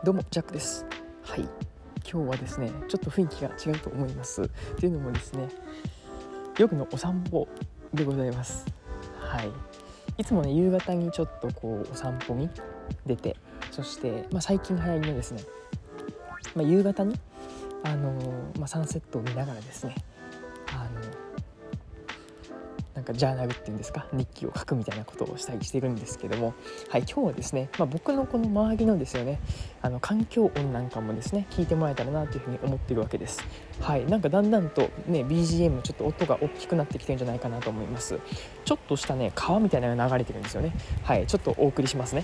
どうもジャックです。はい、今日はですねちょっと雰囲気が違うと思います。というのもですね、夜のお散歩でございます。はい、いつもね夕方にちょっとこうお散歩に出て、そして、最近流行りのですね、夕方にサンセットを見ながらですね、なんかジャーナルっていうんですか、日記を書くみたいなことをしたりしてるんですけども、はい、今日はですね、僕のこの周りのですよね、環境音なんかもですね聞いてもらえたらなというふうに思っているわけです。はい、なんかだんだんとね BGM ちょっと音が大きくなってきてるんじゃないかなと思います。ちょっとしたね川みたいなのが流れてるんですよね。はい、ちょっとお送りしますね。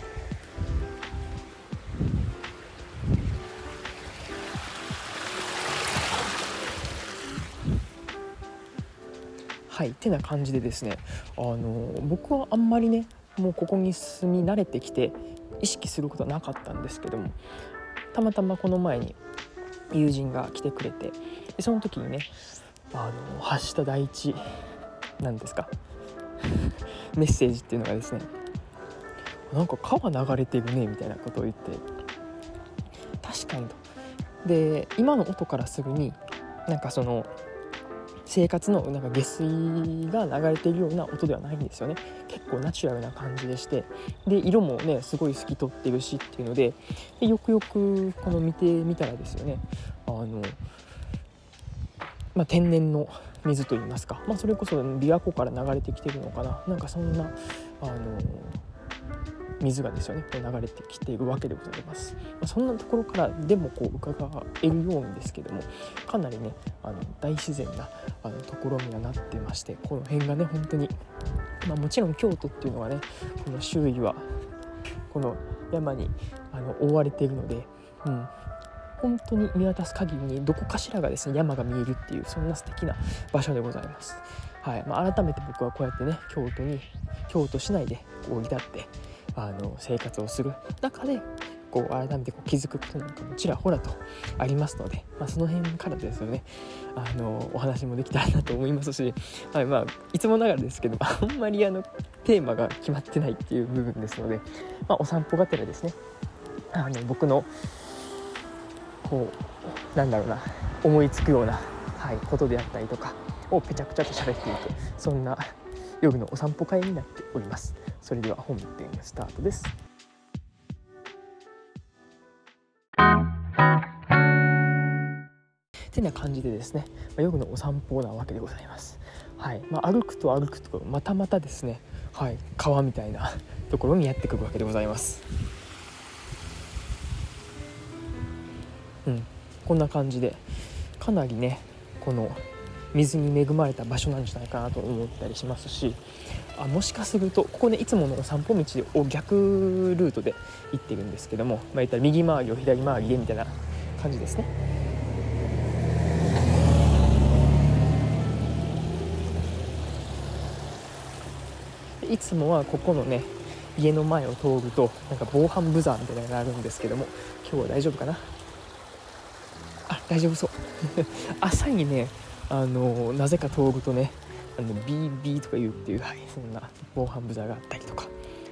はい、ってな感じでですね、僕はあんまりねもうここに住み慣れてきて意識することはなかったんですけども、たまたまこの前に友人が来てくれて、でその時にね発した第一なんですかメッセージっていうのがですね、なんか川流れてるねみたいなことを言って、確かにと。で今の音からすぐになんかその生活のなんか下水が流れているような音ではないんですよね。結構ナチュラルな感じでして、で色もねすごい透き通ってるしっていうので、よくよくこの見てみたらですよね、天然の水といいますか、それこそ琵琶湖から流れてきてるのかな、なんかそんな水がですよねこう流れてきているわけでございます。そんなところからでもこう伺えるようにですけども、かなりね大自然なところにはなってまして、この辺がね本当に、もちろん京都っていうのはねこの周囲はこの山に覆われているので、本当に見渡す限りにどこかしらがですね山が見えるっていう、そんな素敵な場所でございます。はい、改めて僕はこうやってね京都市内でこう至って生活をする中でこう改めてこう気づくことなんかもちらほらとありますので、その辺からですよねお話もできたらなと思いますし、はい、いつもながらですけどあんまりテーマが決まってないっていう部分ですので、お散歩がてらですね僕のこう思いつくような、ことであったりとかをぺちゃくちゃと喋っていく、そんな夜のお散歩会になっております。それでは本編スタートです。てな感じでですね、夜のお散歩なわけでございます。はい、歩くとまたまたですね、川みたいなところにやってくるわけでございます。こんな感じでかなりねこの水に恵まれた場所なんじゃないかなと思ったりしますし、もしかするとここねいつものお散歩道を逆ルートで行ってるんですけども、言ったら右回りを左回りでみたいな感じですね。いつもはここのね家の前を通るとなんか防犯ブザーみたいなのがあるんですけども、今日は大丈夫かな。大丈夫そう朝にねなぜか通るとねビービーとか言うっていう、そんな防犯ブザーがあったりとか、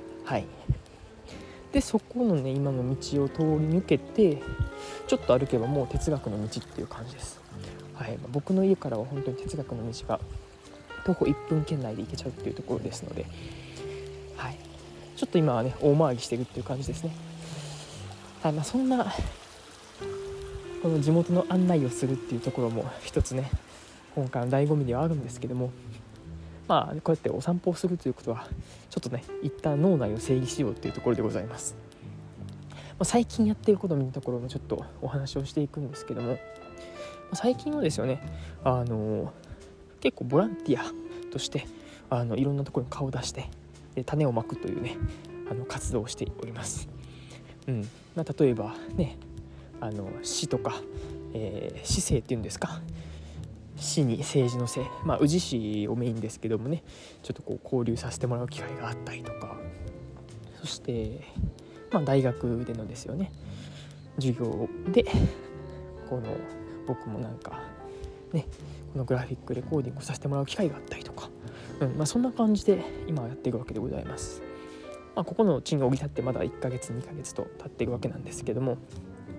でそこのね今の道を通り抜けてちょっと歩けばもう哲学の道っていう感じです。僕の家からは本当に哲学の道が徒歩1分圏内で行けちゃうっていうところですので、ちょっと今はね大回りしてるっていう感じですね。そんなこの地元の案内をするっていうところも一つね今回の醍醐味ではあるんですけども、こうやってお散歩をするということはちょっとね一旦脳内を整理しようっていうところでございます。最近やっていることのところもちょっとお話をしていくんですけども、最近はですよね結構ボランティアとしていろんなところに顔を出してで種をまくというね活動をしております。例えばね市とか、市政っていうんですか、市に政治のせい、宇治市をメインですけどもね、ちょっとこう交流させてもらう機会があったりとか、そして、大学でのですよね授業で僕もなんかねこのグラフィックレコーディングをさせてもらう機会があったりとか、そんな感じで今はやっているわけでございます。ここの地に降り立ってまだ1ヶ月2ヶ月と経っているわけなんですけども、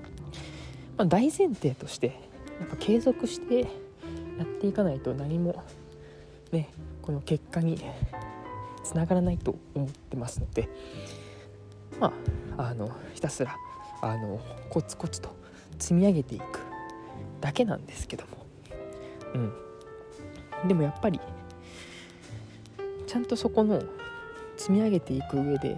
大前提としてやっぱ継続してやっていかないと何もねこの結果につながらないと思ってますので、ひたすらコツコツと積み上げていくだけなんですけども、でもやっぱりちゃんとそこの積み上げていく上で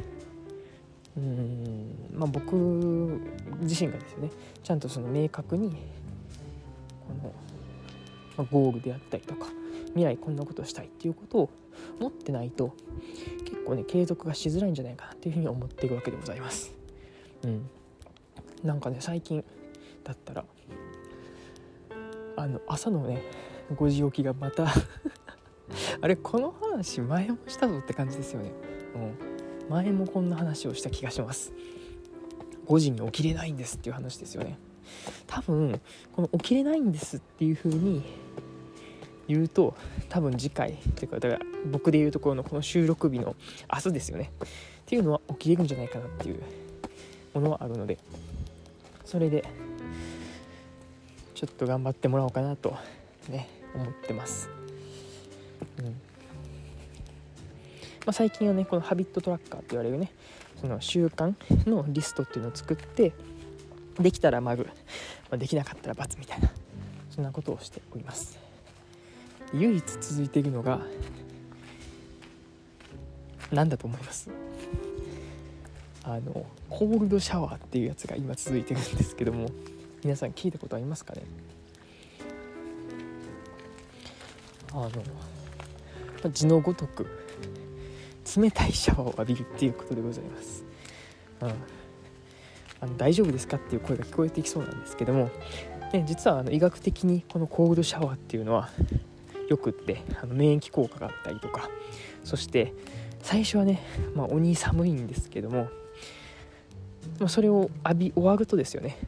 僕自身がですよね、ちゃんとその明確にこの、ゴールであったりとか未来こんなことをしたいっていうことを持ってないと結構ね継続がしづらいんじゃないかなっていうふうに思っているわけでございます。なんかね最近だったら朝のね5時起きがまたあれこの話前もしたぞって感じですよね。前もこんな話をした気がします。5時に起きれないんですっていう話ですよね。多分この起きれないんですっていう風に言うと多分次回というかだから僕で言うところのこの収録日の明日ですよねっていうのは起きれるんじゃないかなっていうものはあるので、それでちょっと頑張ってもらおうかなとね思ってます。最近はねこのハビットトラッカーって言われるねその習慣のリストっていうのを作ってできたら丸、できなかったら×みたいなそんなことをしております。唯一続いているのが何だと思います？コールドシャワーっていうやつが今続いてるんですけども、皆さん聞いたことありますかね？字のごとく冷たいシャワーを浴びるっていうことでございます。大丈夫ですかっていう声が聞こえてきそうなんですけども、実は医学的にこのコールドシャワーっていうのはよくって免疫効果があったりとか、そして最初はね、鬼寒いんですけども、それを浴び終わるとですよね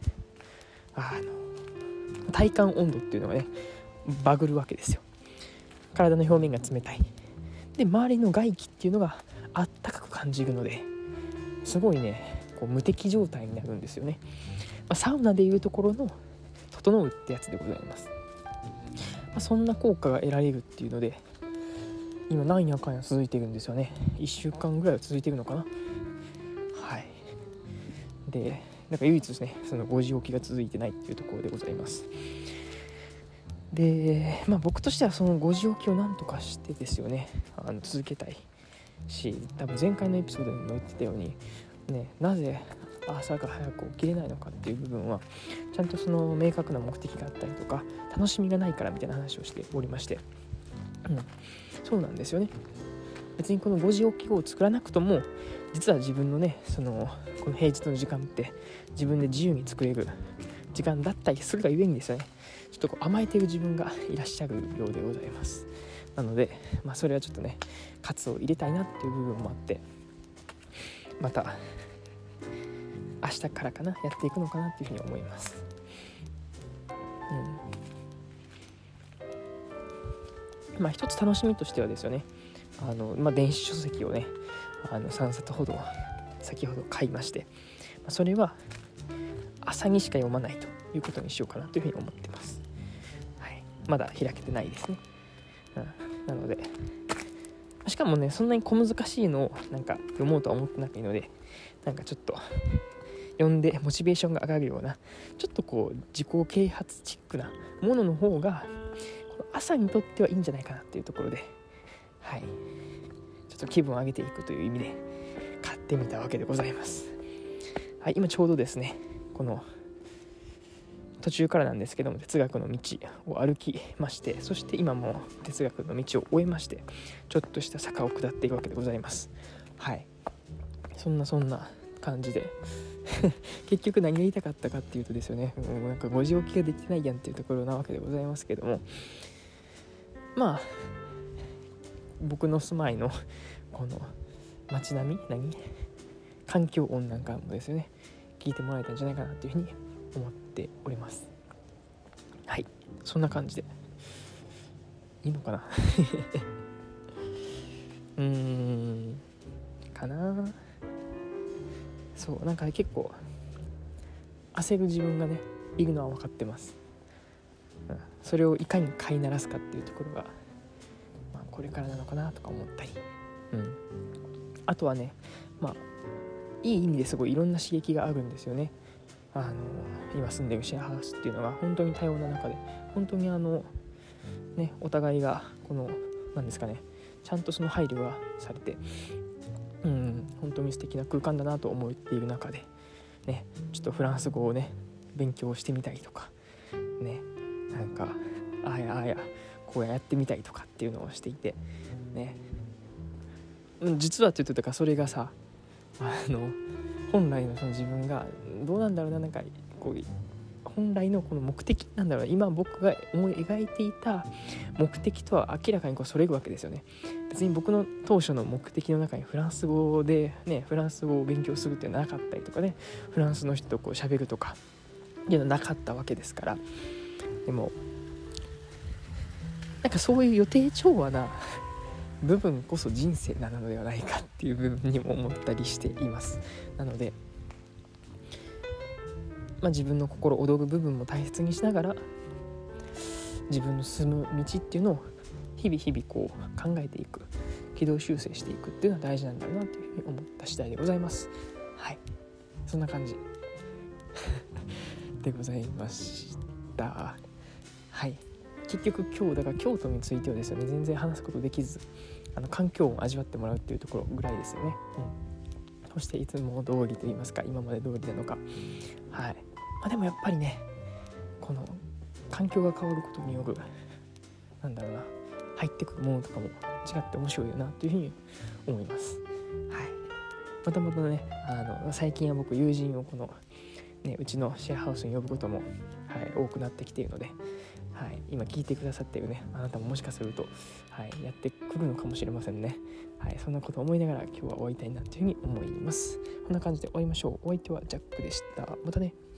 体感温度っていうのがねバグるわけですよ。体の表面が冷たいで周りの外気っていうのがあったかく感じるのですごいねこう無敵状態になるんですよね。サウナでいうところの整うってやつでございます。そんな効果が得られるっていうので今何やかんや続いてるんですよね。1週間ぐらいは続いてるのかな。でなんか唯一ですねその5時起きが続いてないっていうところでございます。で僕としてはその5時起きをなんとかしてですよね続けたいし、多分前回のエピソードでも言ってたようになぜ朝が早く起きれないのかっていう部分はちゃんとその明確な目的があったりとか楽しみがないからみたいな話をしておりまして、そうなんですよね。別にこの5時起きを作らなくとも実は自分のねこの平日の時間って自分で自由に作れる時間だったりするがゆえにですよね、ちょっとこう甘えてる自分がいらっしゃるようでございます。なのでそれはちょっとね喝を入れたいなっていう部分もあって、また明日からかなやっていくのかなっていうふうに思います。一つ楽しみとしてはですよね電子書籍をね3冊ほど先ほど買いまして、それは朝にしか読まないということにしようかなというふうに思ってます。まだ開けてないですね。なのでしかもねそんなに小難しいのを読もうとは思ってなくていいのでちょっと読んでモチベーションが上がるようなちょっとこう自己啓発チックなものの方がこの朝にとってはいいんじゃないかなっていうところで、ちょっと気分を上げていくという意味で買ってみたわけでございます。今ちょうどですねこの途中からなんですけども哲学の道を歩きまして、そして今も哲学の道を終えましてちょっとした坂を下っているわけでございます。そんな感じで結局何が言いたかったかっていうとですよね、5時起きができてないやんっていうところなわけでございますけども、僕の住まいのこの街並み環境音なんかもですよね聞いてもらえたんじゃないかなというふうに思っております。そんな感じでいいのかなかな。そう結構焦る自分がねいるのは分かってます、それをいかに飼いならすかっていうところが、これからなのかなとか思ったり、あとはね、いい意味ですごいいろんな刺激があるんですよね。今住んでるシェアハウスっていうのが本当に多様な中で、本当にお互いがこのなんですかね、ちゃんとその配慮がされて、本当に素敵な空間だなと思っている中でね、ちょっとフランス語をね勉強してみたりとかね、なんかああやこうやってみたりとかっていうのをしていてね、実はというとだからそれがさ、本来のその自分がどうなんだろうな、なんかこう本来のこの目的なんだろうな、今僕が思い描いていた目的とは明らかにそれるわけですよね。別に僕の当初の目的の中にフランス語でね、フランス語を勉強するっていうのはなかったりとかね、フランスの人と喋るとかっていうのはなかったわけですから、でもなんかそういう予定調和な部分こそ人生なのではないかっていう部分にも思ったりしています。なので自分の心躍る部分も大切にしながら、自分の進む道っていうのを日々こう考えていく、軌道修正していくっていうのは大事なんだろうなというふうに思った次第でございます。はい、そんな感じでございました。はい、結局今日だから京都についてはですよね、全然話すことできず、環境を味わってもらうっていうところぐらいですよね。そしていつも通りと言いますか、今まで通りなのか、はい、でもやっぱりね、この環境が変わることによるなんだろうな、入ってくるものとかも違って面白いよなというふうに思います。はい、またね、最近は僕友人をこのね、うちのシェアハウスに呼ぶことも、多くなってきているので、今聞いてくださっているね、あなたももしかすると、やってくるのかもしれませんね。そんなことを思いながら今日は終わりたいなというふうに思います。こんな感じで終わりましょう。お相手はジャックでした。またね。